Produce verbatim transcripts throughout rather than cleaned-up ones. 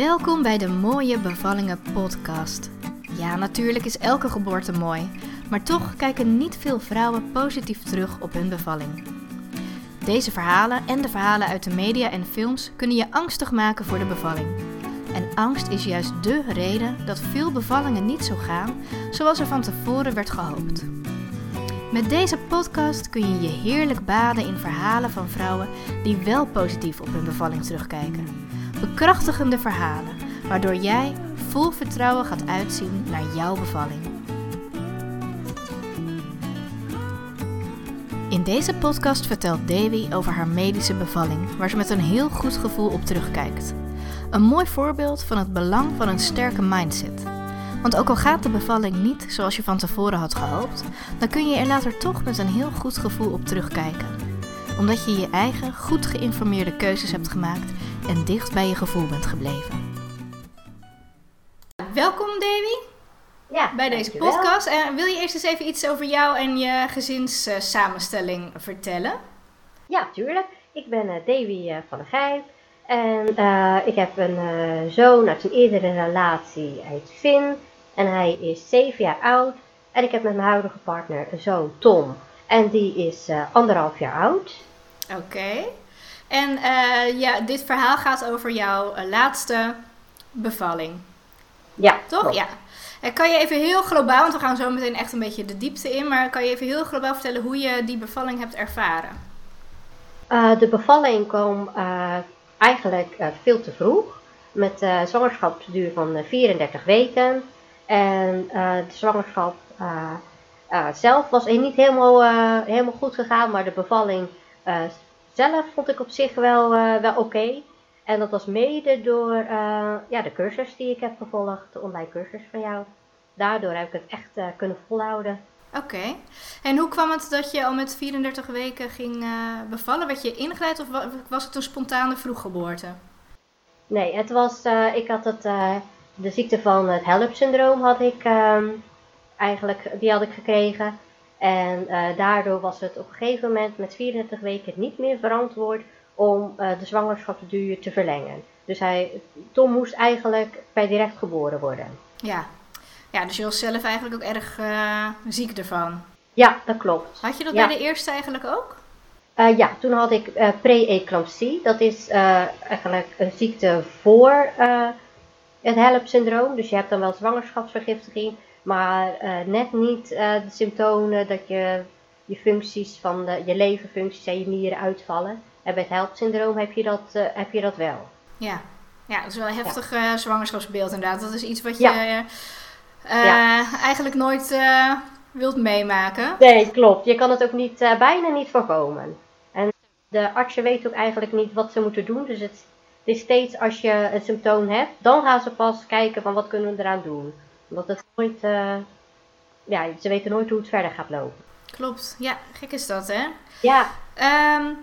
Welkom bij de Mooie Bevallingen podcast. Ja, natuurlijk is elke geboorte mooi, maar toch kijken niet veel vrouwen positief terug op hun bevalling. Deze verhalen en de verhalen uit de media en films kunnen je angstig maken voor de bevalling. En angst is juist dé reden dat veel bevallingen niet zo gaan zoals er van tevoren werd gehoopt. Met deze podcast kun je je heerlijk baden in verhalen van vrouwen die wel positief op hun bevalling terugkijken. Bekrachtigende verhalen, waardoor jij vol vertrouwen gaat uitzien naar jouw bevalling. In deze podcast vertelt Davy over haar medische bevalling, waar ze met een heel goed gevoel op terugkijkt. Een mooi voorbeeld van het belang van een sterke mindset. Want ook al gaat de bevalling niet zoals je van tevoren had gehoopt, dan kun je er later toch met een heel goed gevoel op terugkijken. Omdat je je eigen, goed geïnformeerde keuzes hebt gemaakt en dicht bij je gevoel bent gebleven. Welkom Davy, ja, bij deze dankjewel. podcast. En wil je eerst eens even iets over jou en je gezinssamenstelling vertellen? Ja, tuurlijk. Ik ben uh, Davy uh, van der Gijp. En uh, ik heb een uh, zoon uit een eerdere relatie, hij heet Finn. En hij is zeven jaar oud. En ik heb met mijn huidige partner een zoon, Tom. En die is uh, anderhalf jaar oud. Oké. Okay. En uh, ja, dit verhaal gaat over jouw uh, laatste bevalling. Ja, toch? Klopt. Ja. En kan je even heel globaal, want we gaan zo meteen echt een beetje de diepte in, maar kan je even heel globaal vertellen hoe je die bevalling hebt ervaren? Uh, de bevalling kwam uh, eigenlijk uh, veel te vroeg. Met een uh, zwangerschapsduur van uh, vierendertig weken. En uh, de zwangerschap uh, uh, zelf was niet helemaal, uh, helemaal goed gegaan, maar de bevalling uh, zelf vond ik op zich wel, uh, wel oké. Okay. En dat was mede door uh, ja, de cursus die ik heb gevolgd, de online cursus van jou. Daardoor heb ik het echt uh, kunnen volhouden. Oké. Okay. En hoe kwam het dat je al met vierendertig weken ging uh, bevallen? Werd je ingeleid of was het een spontane vroeggeboorte? Nee, het was, uh, ik had het, uh, de ziekte van het HELLP-syndroom had ik um, eigenlijk, die had ik gekregen. En uh, daardoor was het op een gegeven moment met vierendertig weken niet meer verantwoord om uh, de zwangerschapsduur te verlengen. Dus hij, Tom moest eigenlijk per direct geboren worden. Ja. Ja, dus je was zelf eigenlijk ook erg uh, ziek ervan. Ja, dat klopt. Had je dat ja. bij de eerste eigenlijk ook? Uh, ja, toen had ik uh, pre-eclampsie. Dat is uh, eigenlijk een ziekte voor uh, het HELLP-syndroom. Dus je hebt dan wel zwangerschapsvergiftiging, maar uh, net niet uh, de symptomen dat je je functies van de, je leverfuncties en je nieren uitvallen. En bij het HELLP-syndroom heb je dat, uh, heb je dat wel. Ja. Ja, dat is wel een heftig ja. uh, zwangerschapsbeeld inderdaad. Dat is iets wat je ja. uh, uh, ja. eigenlijk nooit uh, wilt meemaken. Nee, klopt. Je kan het ook niet, uh, bijna niet voorkomen. En de artsen weten ook eigenlijk niet wat ze moeten doen. Dus het, het is steeds als je een symptoom hebt, dan gaan ze pas kijken van wat kunnen we eraan doen. Omdat het nooit, uh, ja, ze weten nooit hoe het verder gaat lopen. Klopt. Ja, gek is dat, hè? Ja. Um,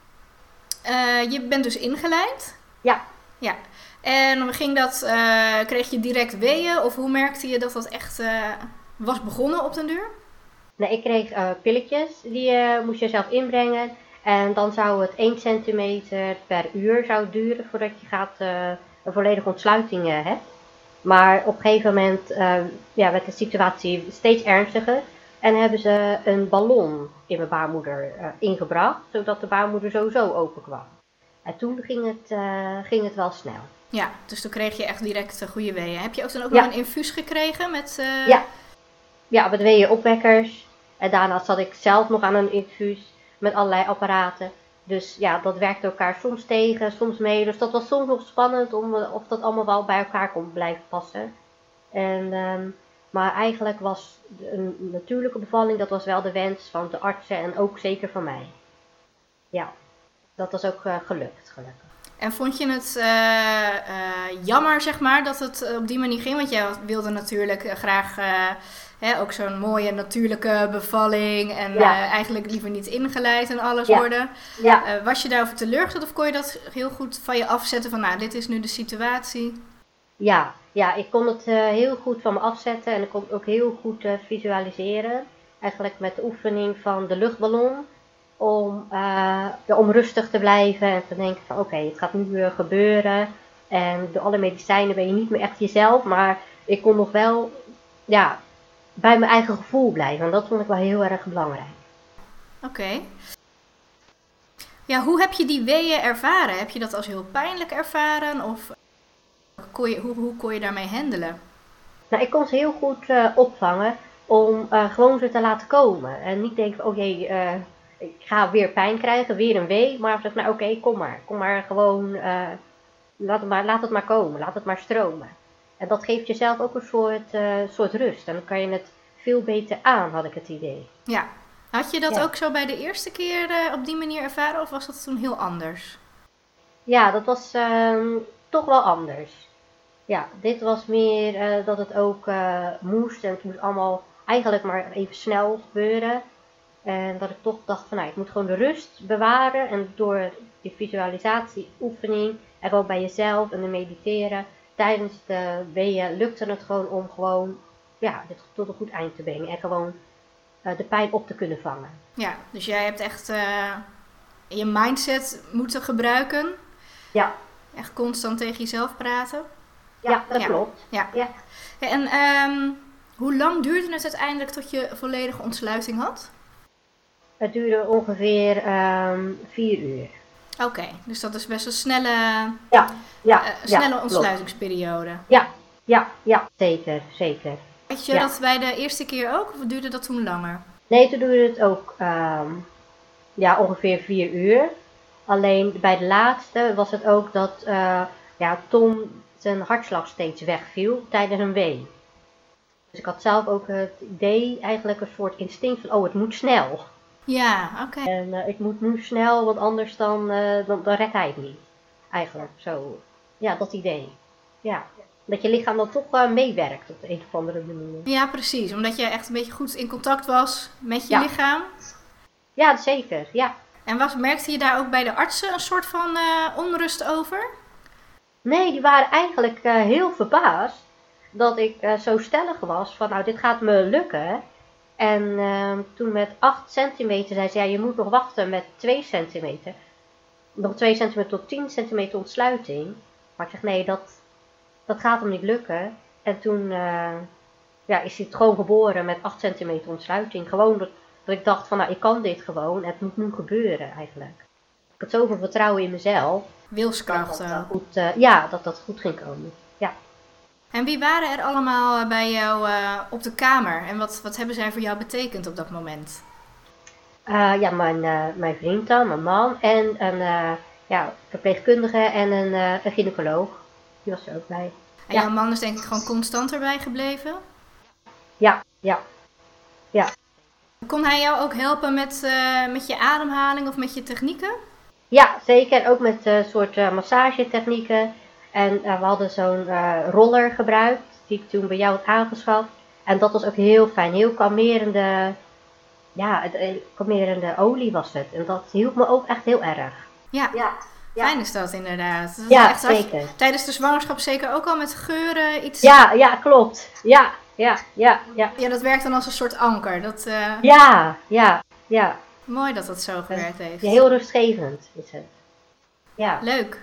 uh, je bent dus ingeleid? Ja. Ja. En ging dat, uh, kreeg je direct weeën of hoe merkte je dat dat echt uh, was begonnen op den duur? Nee, ik kreeg uh, pilletjes, die uh, moest je zelf inbrengen. En dan zou het één centimeter per uur zou duren voordat je gaat, uh, een volledige ontsluiting uh, hebt. Maar op een gegeven moment uh, ja, werd de situatie steeds ernstiger. En hebben ze een ballon in mijn baarmoeder uh, ingebracht, zodat de baarmoeder sowieso open kwam. En toen ging het, uh, ging het wel snel. Ja, dus toen kreeg je echt direct uh, goede weeën. Heb je ook dan ook ja. nog een infuus gekregen met... Uh... Ja. Ja, met weeënopwekkers. En daarna zat ik zelf nog aan een infuus met allerlei apparaten. Dus ja, dat werkte elkaar soms tegen, soms mee. Dus dat was soms nog spannend om, of dat allemaal wel bij elkaar kon blijven passen. En, um, maar eigenlijk was een natuurlijke bevalling, dat was wel de wens van de artsen en ook zeker van mij. Ja, dat was ook uh, gelukt, gelukkig. En vond je het uh, uh, jammer, zeg maar, dat het op die manier ging? Want jij wilde natuurlijk uh, graag uh, hè, ook zo'n mooie natuurlijke bevalling en ja. uh, eigenlijk liever niet ingeleid en alles ja. worden. Ja. Uh, was je daarover teleurgesteld of kon je dat heel goed van je afzetten van, nou, dit is nu de situatie? Ja, ja ik kon het uh, heel goed van me afzetten en ik kon het ook heel goed uh, visualiseren. Eigenlijk met de oefening van de luchtballon. Om, uh, om rustig te blijven en te denken van oké, okay, het gaat nu uh, gebeuren. En door alle medicijnen ben je niet meer echt jezelf. Maar ik kon nog wel ja, bij mijn eigen gevoel blijven. En dat vond ik wel heel erg belangrijk. Oké. Okay. Ja, hoe heb je die weeën ervaren? Heb je dat als heel pijnlijk ervaren? Of kon je, hoe, hoe kon je daarmee handelen? Nou, ik kon ze heel goed uh, opvangen om uh, gewoon ze te laten komen. En niet denken, oh jee, uh, ik ga weer pijn krijgen, weer een wee. Maar ik zeg, nou oké, okay, kom maar. Kom maar gewoon, uh, laat, het maar, laat het maar komen. Laat het maar stromen. En dat geeft jezelf ook een soort, uh, soort rust. En dan kan je het veel beter aan, had ik het idee. Ja. Had je dat ja. ook zo bij de eerste keer uh, op die manier ervaren? Of was dat toen heel anders? Ja, dat was uh, toch wel anders. Ja, dit was meer uh, dat het ook uh, moest. En het moest allemaal eigenlijk maar even snel gebeuren. En dat ik toch dacht van, nou, ik moet gewoon de rust bewaren. En door die visualisatieoefening en gewoon bij jezelf en de mediteren tijdens de weeën lukte het gewoon om gewoon, ja, dit tot een goed eind te brengen. En gewoon uh, de pijn op te kunnen vangen. Ja, dus jij hebt echt uh, je mindset moeten gebruiken. Ja. Echt constant tegen jezelf praten. Ja, dat ja. klopt. Ja. Ja. Ja, en um, hoe lang duurde het uiteindelijk tot je volledige ontsluiting had? Het duurde ongeveer um, vier uur. Oké, okay, dus dat is best een snelle, ja, ja, uh, snelle ja, ontsluitingsperiode. Ja, ja, ja, zeker, zeker. Had je ja. dat bij de eerste keer ook of duurde dat toen langer? Nee, toen duurde het ook um, ja, ongeveer vier uur. Alleen bij de laatste was het ook dat uh, ja, Tom zijn hartslag steeds wegviel tijdens een wee. Dus ik had zelf ook het idee, eigenlijk een soort instinct van, oh, het moet snel. Ja, oké. Okay. En uh, ik moet nu snel, want anders dan, uh, dan, dan redt hij het niet. Eigenlijk, zo. Ja, dat idee. Ja. Dat je lichaam dan toch uh, meewerkt op de een of andere manier. Ja, precies. Omdat je echt een beetje goed in contact was met je ja. lichaam. Ja, zeker. Ja. En was, merkte je daar ook bij de artsen een soort van uh, onrust over? Nee, die waren eigenlijk uh, heel verbaasd dat ik uh, zo stellig was van, nou, dit gaat me lukken. En uh, toen met acht centimeter zei ze, ja, je moet nog wachten met twee centimeter. Nog twee centimeter tot tien centimeter ontsluiting. Maar ik zeg, nee, dat, dat gaat hem niet lukken. En toen uh, ja, is hij het gewoon geboren met acht centimeter ontsluiting. Gewoon dat, dat ik dacht van, nou, ik kan dit gewoon. Het moet nu gebeuren eigenlijk. Ik had zoveel vertrouwen in mezelf. Wilskracht. Dat dat goed, uh, ja, dat dat goed ging komen. Ja. En wie waren er allemaal bij jou uh, op de kamer? En wat, wat hebben zij voor jou betekend op dat moment? Uh, ja, mijn, uh, mijn vriend dan, mijn man en een uh, ja, verpleegkundige en een, uh, een gynaecoloog. Die was er ook bij. En ja. jouw man is denk ik gewoon constant erbij gebleven? Ja, ja, ja. Kon hij jou ook helpen met, uh, met je ademhaling of met je technieken? Ja, zeker. Ook met uh, soort uh, massagetechnieken. En uh, we hadden zo'n uh, roller gebruikt, die ik toen bij jou had aangeschaft. En dat was ook heel fijn, heel kalmerende, ja, het, uh, kalmerende olie was het. En dat hielp me ook echt heel erg. Ja, ja, ja. Fijn is dat inderdaad. Dat ja, echt, zeker. Tijdens de zwangerschap zeker ook al met geuren iets... Ja, ja, klopt. Ja, ja, ja, ja. Ja, dat werkt dan als een soort anker. Dat, uh... Ja, ja, ja. Mooi dat dat zo gewerkt heeft. Ja, heel rustgevend is het. Ja. Leuk.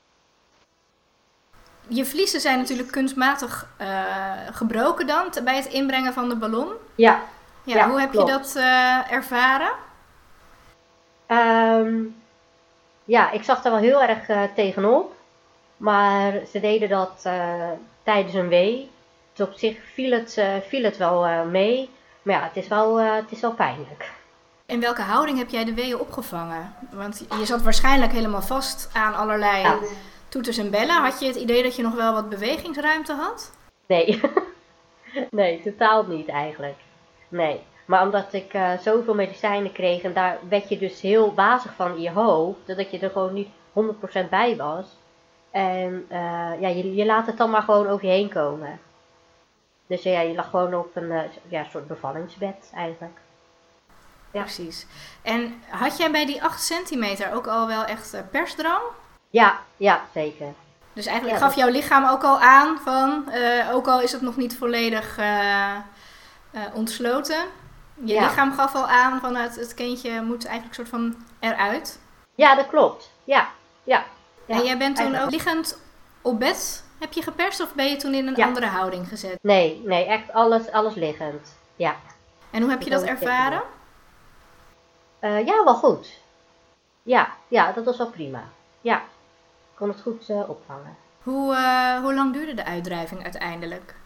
Je vliezen zijn natuurlijk kunstmatig uh, gebroken dan t- bij het inbrengen van de ballon. Ja. Ja, ja hoe heb klopt. je dat uh, ervaren? Um, ja, ik zag er wel heel erg uh, tegenop. Maar ze deden dat uh, tijdens een wee. Dus op zich viel het, uh, viel het wel uh, mee. Maar ja, het is wel, uh, het is wel pijnlijk. In welke houding heb jij de weeën opgevangen? Want je zat waarschijnlijk helemaal vast aan allerlei ja. toeters en bellen. Had je het idee dat je nog wel wat bewegingsruimte had? Nee, nee, totaal niet eigenlijk. Nee, maar omdat ik uh, zoveel medicijnen kreeg en daar werd je dus heel wazig van in je hoofd. Dat je er gewoon niet honderd procent bij was. En uh, ja, je, je laat het dan maar gewoon over je heen komen. Dus ja, je lag gewoon op een uh, ja, soort bevallingsbed eigenlijk. Ja. Precies. En had jij bij die acht centimeter ook al wel echt uh, persdrang? Ja, ja, zeker. Dus eigenlijk ja, gaf jouw lichaam ook al aan van, uh, ook al is het nog niet volledig uh, uh, ontsloten. Je ja. lichaam gaf al aan van het, het kindje moet eigenlijk soort van eruit. Ja, dat klopt. Ja, ja. ja en jij bent toen eigenlijk. ook liggend Op bed heb je geperst of ben je toen in een Ja. andere houding gezet? Nee, nee, echt alles, alles liggend. Ja. En hoe heb je dat ervaren? Uh, ja, wel goed. Ja, ja, dat was wel prima. Ja, ik kon het goed uh, opvangen. Hoe, uh, hoe lang duurde de uitdrijving uiteindelijk?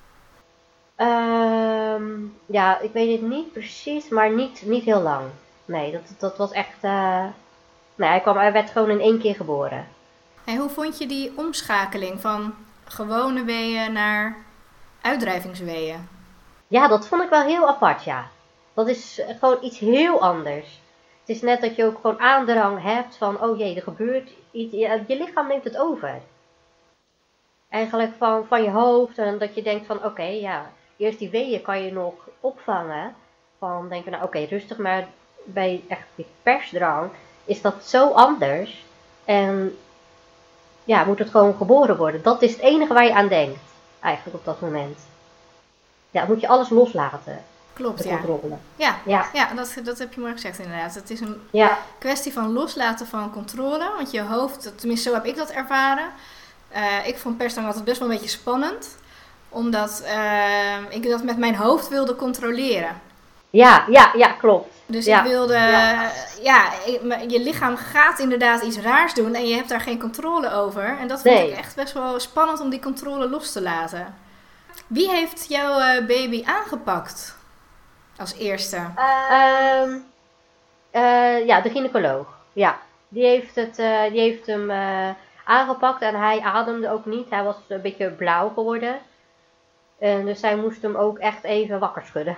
Um, ja, ik weet het niet precies, maar niet, niet heel lang. Nee, dat, dat was echt... Uh, nee, hij, kwam, hij werd gewoon in één keer geboren. En hoe vond je die omschakeling van gewone weeën naar uitdrijvingsweeën? Ja, dat vond ik wel heel apart, ja. Dat is gewoon iets heel anders. Het is net dat je ook gewoon aandrang hebt van, oh jee, er gebeurt iets. Je, je lichaam neemt het over. Eigenlijk van, van je hoofd en dat je denkt van, oké, okay, ja, eerst die weeën kan je nog opvangen. Van denken, nou oké, okay, rustig, maar bij echt die persdrang is dat zo anders. En ja, moet het gewoon geboren worden. Dat is het enige waar je aan denkt, eigenlijk op dat moment. Ja, moet je alles loslaten. Klopt, de ja. controle. Ja, ja. ja dat, dat heb je mooi gezegd inderdaad. Het is een ja. kwestie van loslaten van controle. Want je hoofd, tenminste zo heb ik dat ervaren. Uh, ik vond persdrang altijd best wel een beetje spannend. Omdat uh, ik dat met mijn hoofd wilde controleren. Ja, ja, ja, klopt. Dus ja. ik wilde, ja, ja je lichaam gaat inderdaad iets raars doen en je hebt daar geen controle over. En dat vond nee. ik echt best wel spannend om die controle los te laten. Wie heeft jouw uh, baby aangepakt als eerste? Uh, um, uh, ja, de gynaecoloog. Ja, die heeft, het, uh, die heeft hem uh, aangepakt en hij ademde ook niet. Hij was een beetje blauw geworden. En dus zij moest hem ook echt even wakker schudden.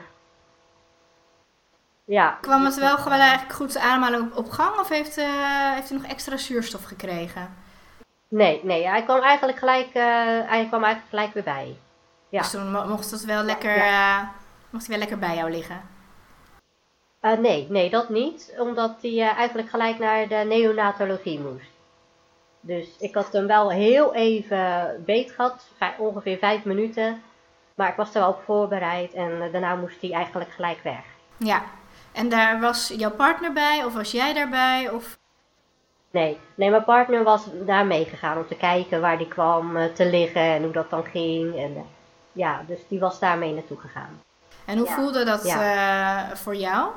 Ja. Kwam het wel gewoon eigenlijk goed de ademhaling op, op gang of heeft, uh, heeft hij nog extra zuurstof gekregen? Nee, nee, hij kwam eigenlijk gelijk, uh, hij kwam eigenlijk gelijk weer bij. Ja. Dus toen mocht het wel lekker, ja. uh, mocht hij wel lekker bij jou liggen? Uh, nee, nee, dat niet. Omdat hij uh, eigenlijk gelijk naar de neonatologie moest. Dus ik had hem wel heel even beet gehad, vijf, ongeveer vijf minuten. Maar ik was er wel op voorbereid en uh, daarna moest hij eigenlijk gelijk weg. Ja, en daar was jouw partner bij of was jij daarbij? Of? Nee, nee, mijn partner was daar meegegaan om te kijken waar die kwam uh, te liggen en hoe dat dan ging. En, uh, ja, dus die was daarmee naartoe gegaan. En hoe ja. voelde dat ja. uh, voor jou?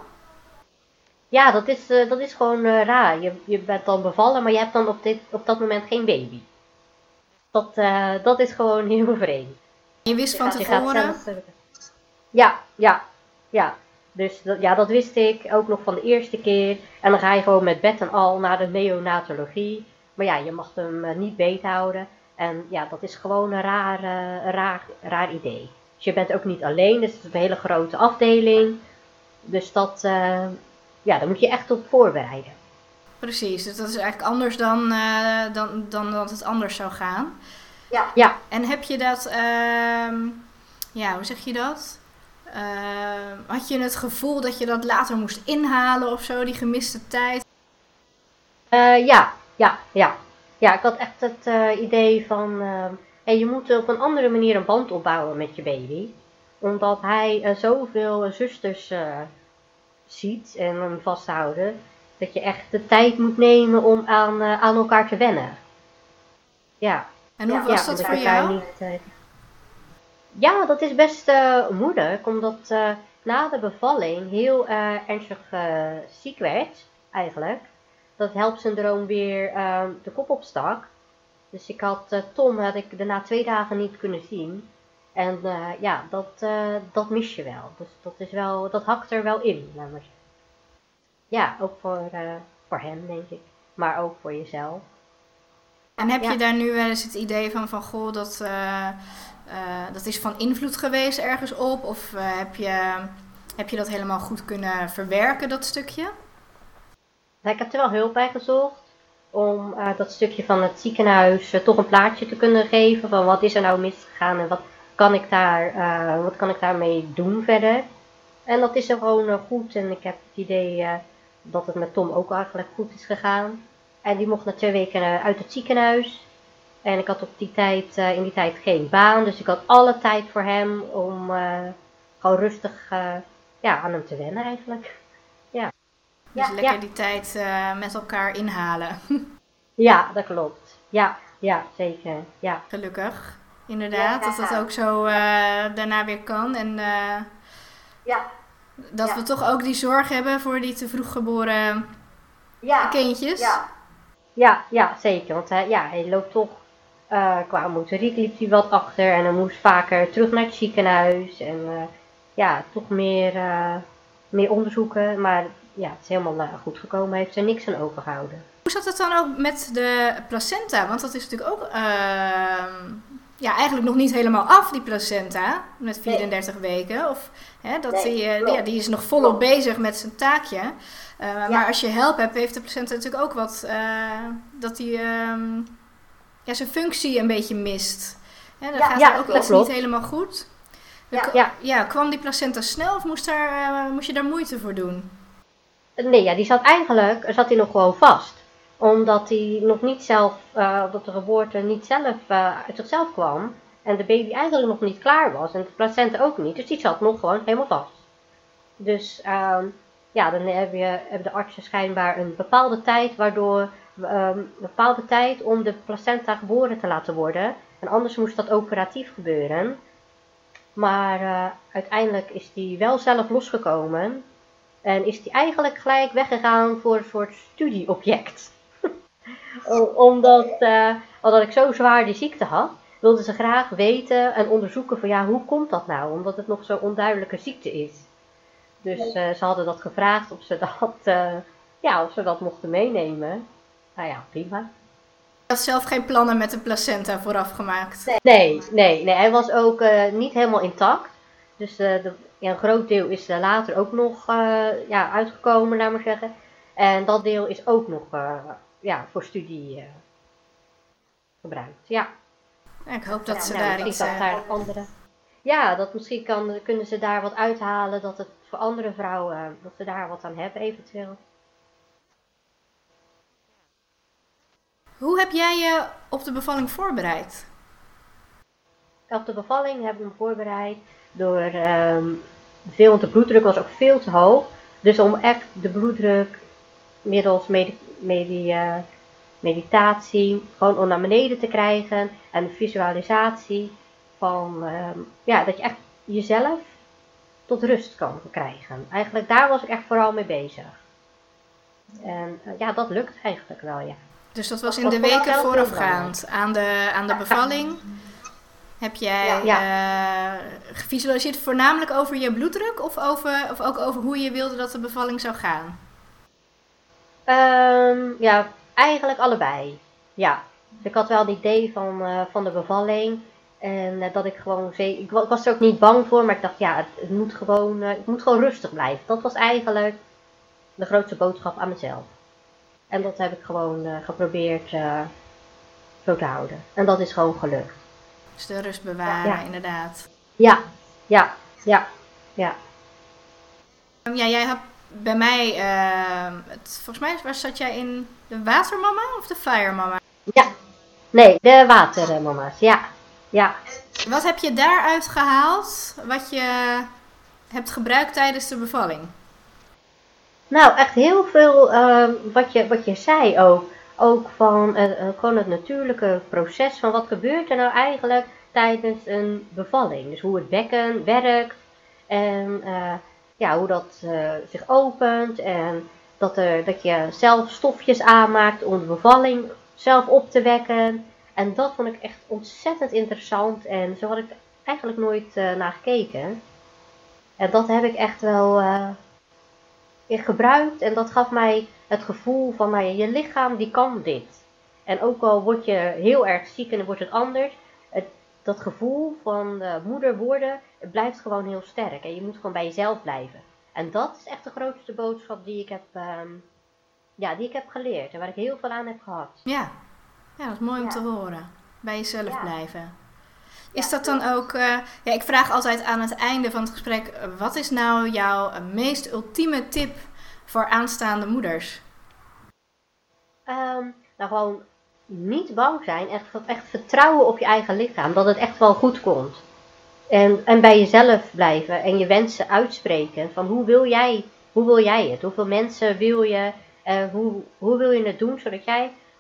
Ja, dat is, uh, dat is gewoon uh, raar. Je, je bent dan bevallen, maar je hebt dan op, dit, op dat moment geen baby. Dat, uh, dat is gewoon heel vreemd. Je wist van tevoren? Ja, ja, ja. Dus dat, ja, dat wist ik ook nog van de eerste keer. En dan ga je gewoon met bed en al naar de neonatologie. Maar ja, je mag hem uh, niet beethouden. En ja, dat is gewoon een raar, uh, raar, raar idee. Dus je bent ook niet alleen, dus het is een hele grote afdeling. Dus dat, uh, ja, daar moet je echt op voorbereiden. Precies, dus dat is eigenlijk anders dan, uh, dan, dan dat het anders zou gaan. Ja. ja. En heb je dat, uh, ja, hoe zeg je dat? Uh, had je het gevoel dat je dat later moest inhalen of zo, die gemiste tijd? Uh, ja, ja, ja. Ja, ik had echt het uh, idee van, uh, hey, je moet op een andere manier een band opbouwen met je baby. Omdat hij uh, zoveel uh, zusters uh, ziet en hem vasthouden, dat je echt de tijd moet nemen om aan, uh, aan elkaar te wennen. Ja. En hoe ja, was ja, dat voor jou? Niet, uh, ja, dat is best uh, moeilijk, omdat uh, na de bevalling heel uh, ernstig uh, ziek werd, eigenlijk. Dat helpsyndroom weer uh, de kop opstak. Dus ik had uh, Tom had ik daarna twee dagen niet kunnen zien. En uh, ja, dat, uh, dat mis je wel. Dus dat is wel, dat hakt er wel in. Maar ja, ook voor, uh, voor hem denk ik. Maar ook voor jezelf. En heb ja. je daar nu wel eens het idee van, van goh, dat, uh, uh, dat is van invloed geweest ergens op? Of uh, heb, je, heb je dat helemaal goed kunnen verwerken, dat stukje? Ik heb er wel hulp bij gezocht om uh, dat stukje van het ziekenhuis uh, toch een plaatje te kunnen geven van wat is er nou misgegaan en wat kan ik, daar, uh, wat kan ik daarmee doen verder. En dat is er gewoon uh, goed en ik heb het idee uh, dat het met Tom ook eigenlijk goed is gegaan. En die mocht na twee weken uh, uit het ziekenhuis en ik had op die tijd, uh, in die tijd geen baan, dus ik had alle tijd voor hem om uh, gewoon rustig uh, ja, aan hem te wennen eigenlijk. Dus ja, lekker ja. die tijd uh, met elkaar inhalen. Ja, dat klopt. Ja, ja, zeker. Ja. Gelukkig, inderdaad, Ja. dat dat ook zo uh, daarna weer kan. En uh, ja. dat ja. we toch ook die zorg hebben voor die te vroeg geboren ja. kindjes. Ja, ja, ja zeker. Want uh, ja, hij loopt toch, uh, qua motoriek liep hij wat achter en hij moest vaker terug naar het ziekenhuis. En uh, ja, toch meer, uh, meer onderzoeken. Maar ja, het is helemaal uh, goed gekomen. Hij heeft er niks aan overgehouden. Hoe zat het dan ook met de placenta? Want dat is natuurlijk ook uh, ja, eigenlijk nog niet helemaal af, die placenta, met vierendertig nee. weken. Of, hè, dat nee, die, uh, ja, die is nog volop bezig met zijn taakje. Uh, ja. Maar als je help hebt, heeft de placenta natuurlijk ook wat, uh, dat die um, ja, zijn functie een beetje mist. Hè, dan ja, gaat ja, er ook iets niet helemaal goed. Ja. Ja. ja, kwam die placenta snel of moest, daar, uh, moest je daar moeite voor doen? Nee, ja, die zat eigenlijk, zat hij nog gewoon vast. Omdat hij nog niet zelf, uh, dat de geboorte niet zelf uh, uit zichzelf kwam. En de baby eigenlijk nog niet klaar was. En de placenta ook niet. Dus die zat nog gewoon helemaal vast. Dus um, ja, dan heb je, hebben de artsen schijnbaar een bepaalde tijd. Waardoor, um, een bepaalde tijd om de placenta geboren te laten worden. En anders moest dat operatief gebeuren. Maar uh, uiteindelijk is die wel zelf losgekomen. En is die eigenlijk gelijk weggegaan voor een soort studieobject. Omdat, uh, omdat ik zo zwaar die ziekte had, wilden ze graag weten en onderzoeken van ja, hoe komt dat nou? Omdat het nog zo'n onduidelijke ziekte is. Dus uh, ze hadden dat gevraagd of ze dat, uh, ja, of ze dat mochten meenemen. Nou ja, prima. Je had zelf geen plannen met de placenta vooraf gemaakt? Nee, nee, nee. Hij was ook uh, niet helemaal intact. Dus uh, de, ja, een groot deel is uh, later ook nog uh, ja, uitgekomen, laat maar zeggen. En dat deel is ook nog uh, ja, voor studie uh, gebruikt. Ja. Ja, ik hoop dat ja, ze nou, daar iets... Uh... daar andere... Ja, dat misschien kan, kunnen ze daar wat uithalen. Dat het voor andere vrouwen, dat ze daar wat aan hebben eventueel. Hoe heb jij je op de bevalling voorbereid? Op de bevalling heb ik me voorbereid door um, veel, want de bloeddruk was ook veel te hoog. Dus om echt de bloeddruk middels medi- medi- uh, meditatie gewoon om naar beneden te krijgen. En de visualisatie van, um, ja, dat je echt jezelf tot rust kan krijgen. Eigenlijk daar was ik echt vooral mee bezig. En uh, ja, dat lukt eigenlijk wel, ja. Dus dat was in de weken voorafgaand aan de, aan de bevalling? Heb jij ja, ja. Uh, gevisualiseerd voornamelijk over je bloeddruk of, over, of ook over hoe je wilde dat de bevalling zou gaan? Um, ja, eigenlijk allebei. Ja, ik had wel het idee van, uh, van de bevalling. En uh, dat ik gewoon, ik, ik was er ook niet bang voor, maar ik dacht ja, het, het moet gewoon, uh, ik moet gewoon rustig blijven. Dat was eigenlijk de grootste boodschap aan mezelf. En dat heb ik gewoon uh, geprobeerd uh, zo te houden. En dat is gewoon gelukt. Dus de rust bewaren, ja. Inderdaad. Ja, ja, ja, ja. Ja, jij had bij mij, uh, het, volgens mij waar zat jij in de watermama of de firemama? Ja, nee, de watermama's, ja, ja. Wat heb je daaruit gehaald, wat je hebt gebruikt tijdens de bevalling? Nou, echt heel veel uh, wat, je, wat je zei ook. Ook van uh, uh, gewoon het natuurlijke proces van wat gebeurt er nou eigenlijk tijdens een bevalling. Dus hoe het bekken werkt en uh, ja, hoe dat uh, zich opent en dat, er, dat je zelf stofjes aanmaakt om de bevalling zelf op te wekken. En dat vond ik echt ontzettend interessant en zo had ik eigenlijk nooit uh, naar gekeken. En dat heb ik echt wel uh, gebruikt en dat gaf mij het gevoel van nou ja, je lichaam die kan dit. En ook al word je heel erg ziek en dan wordt het anders, het, dat gevoel van uh, moeder worden, het blijft gewoon heel sterk. En je moet gewoon bij jezelf blijven. En dat is echt de grootste boodschap die ik heb, um, ja, die ik heb geleerd en waar ik heel veel aan heb gehad. Ja, ja dat is mooi om ja. te horen. Bij jezelf ja. blijven. Is dat dan ook, uh, ja, ik vraag altijd aan het einde van het gesprek, wat is nou jouw meest ultieme tip voor aanstaande moeders? Um, nou gewoon niet bang zijn, echt, echt vertrouwen op je eigen lichaam, dat het echt wel goed komt. En, en bij jezelf blijven en je wensen uitspreken van hoe wil jij, hoe wil jij het? Hoeveel mensen wil je, uh, hoe, hoe wil je het doen zodat jij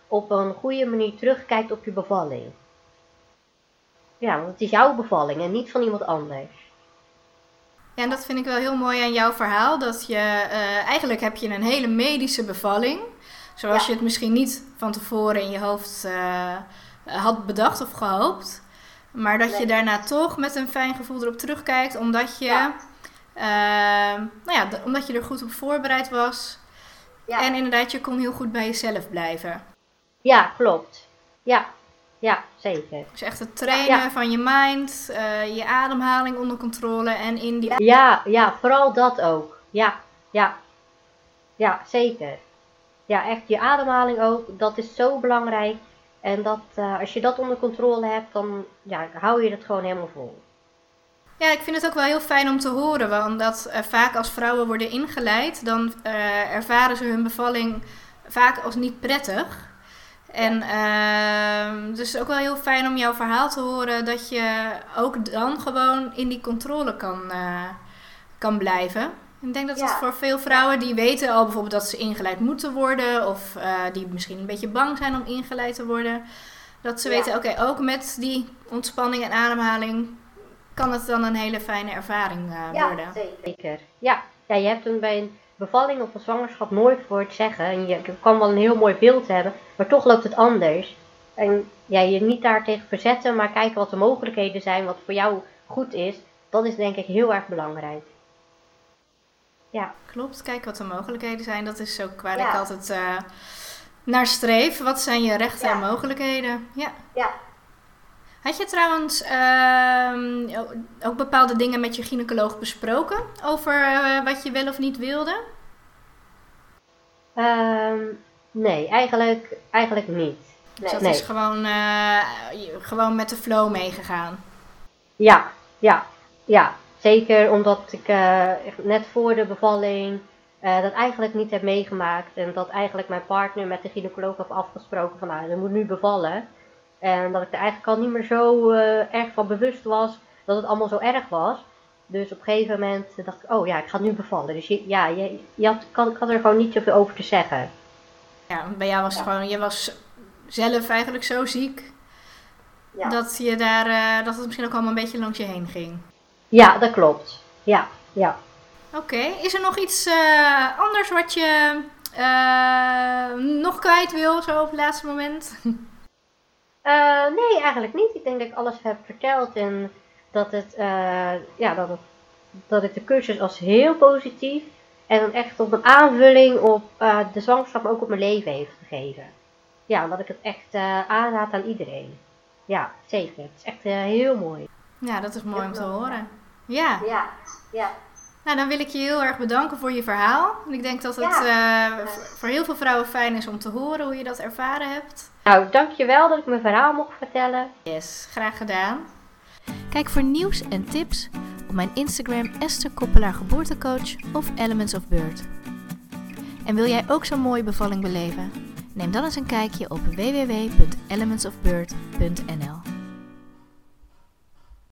op een goede manier terugkijkt op je bevalling. Ja, want het is jouw bevalling en niet van iemand anders. Ja, en dat vind ik wel heel mooi aan jouw verhaal. Dat je, uh, eigenlijk heb je een hele medische bevalling. Zoals ja. je het misschien niet van tevoren in je hoofd uh, had bedacht of gehoopt. Maar dat nee. je daarna toch met een fijn gevoel erop terugkijkt. Omdat je, ja. Uh, nou ja, d- omdat je er goed op voorbereid was. Ja. En inderdaad, je kon heel goed bij jezelf blijven. Ja, klopt. Ja, ja zeker. Dus echt het trainen ja. van je mind, uh, je ademhaling onder controle en in die... Ja, ja, vooral dat ook. Ja, ja. Ja, zeker. Ja, echt je ademhaling ook. Dat is zo belangrijk. En dat, uh, als je dat onder controle hebt, dan ja, hou je het gewoon helemaal vol. Ja, ik vind het ook wel heel fijn om te horen. Want dat uh, vaak als vrouwen worden ingeleid, dan uh, ervaren ze hun bevalling vaak als niet prettig. En uh, dus het is ook wel heel fijn om jouw verhaal te horen dat je ook dan gewoon in die controle kan, uh, kan blijven. Ik denk dat het ja. voor veel vrouwen die weten al bijvoorbeeld dat ze ingeleid moeten worden. Of uh, die misschien een beetje bang zijn om ingeleid te worden. Dat ze ja. weten, oké, okay, ook met die ontspanning en ademhaling kan het dan een hele fijne ervaring uh, ja, worden. Ja, zeker. Ja. ja, je hebt hem bij een bevalling of een zwangerschap nooit voor het zeggen. En je kan wel een heel mooi beeld hebben, maar toch loopt het anders. En ja, je niet daar tegen verzetten, maar kijken wat de mogelijkheden zijn, wat voor jou goed is. Dat is denk ik heel erg belangrijk. Ja. Klopt, kijk wat de mogelijkheden zijn. Dat is ook waar ja. ik altijd uh, naar streef. Wat zijn je rechten ja. en mogelijkheden? Ja. ja. Had je trouwens uh, ook bepaalde dingen met je gynaecoloog besproken? Over uh, wat je wel of niet wilde? Um, nee, eigenlijk, eigenlijk niet. Dus nee, dat nee. is gewoon, uh, gewoon met de flow meegegaan? Ja, ja, ja. Zeker omdat ik uh, net voor de bevalling uh, dat eigenlijk niet heb meegemaakt. En dat eigenlijk mijn partner met de gynaecoloog heb afgesproken van nou, ze moet nu bevallen. En dat ik er eigenlijk al niet meer zo uh, erg van bewust was dat het allemaal zo erg was. Dus op een gegeven moment dacht ik, oh ja, ik ga nu bevallen. Dus je, ja, je, je had, kan, kan er gewoon niet zoveel over te zeggen. Ja, bij jou was het ja. gewoon, je was zelf eigenlijk zo ziek. Ja. Dat, je daar, uh, dat het misschien ook allemaal een beetje langs je heen ging. Ja, dat klopt. Ja, ja. Oké, okay. Is er nog iets uh, anders wat je uh, nog kwijt wil, zo op het laatste moment? Uh, nee, eigenlijk niet. Ik denk dat ik alles heb verteld en dat, het, uh, ja, dat, het, dat ik de cursus als heel positief en dan echt op een aanvulling op uh, de zwangerschap, maar ook op mijn leven heeft gegeven. Ja, dat ik het echt uh, aanraad aan iedereen. Ja, zeker. Het is echt uh, heel mooi. Ja, dat is mooi om te horen. Ja. Ja, ja. Nou, dan wil ik je heel erg bedanken voor je verhaal. En ik denk dat het ja. uh, voor heel veel vrouwen fijn is om te horen hoe je dat ervaren hebt. Nou, dankjewel dat ik mijn verhaal mocht vertellen. Yes, graag gedaan. Kijk voor nieuws en tips op mijn Instagram Esther Koppelaar Geboortecoach of Elements of Birth. En wil jij ook zo'n mooie bevalling beleven? Neem dan eens een kijkje op w w w punt elements of birth punt n l.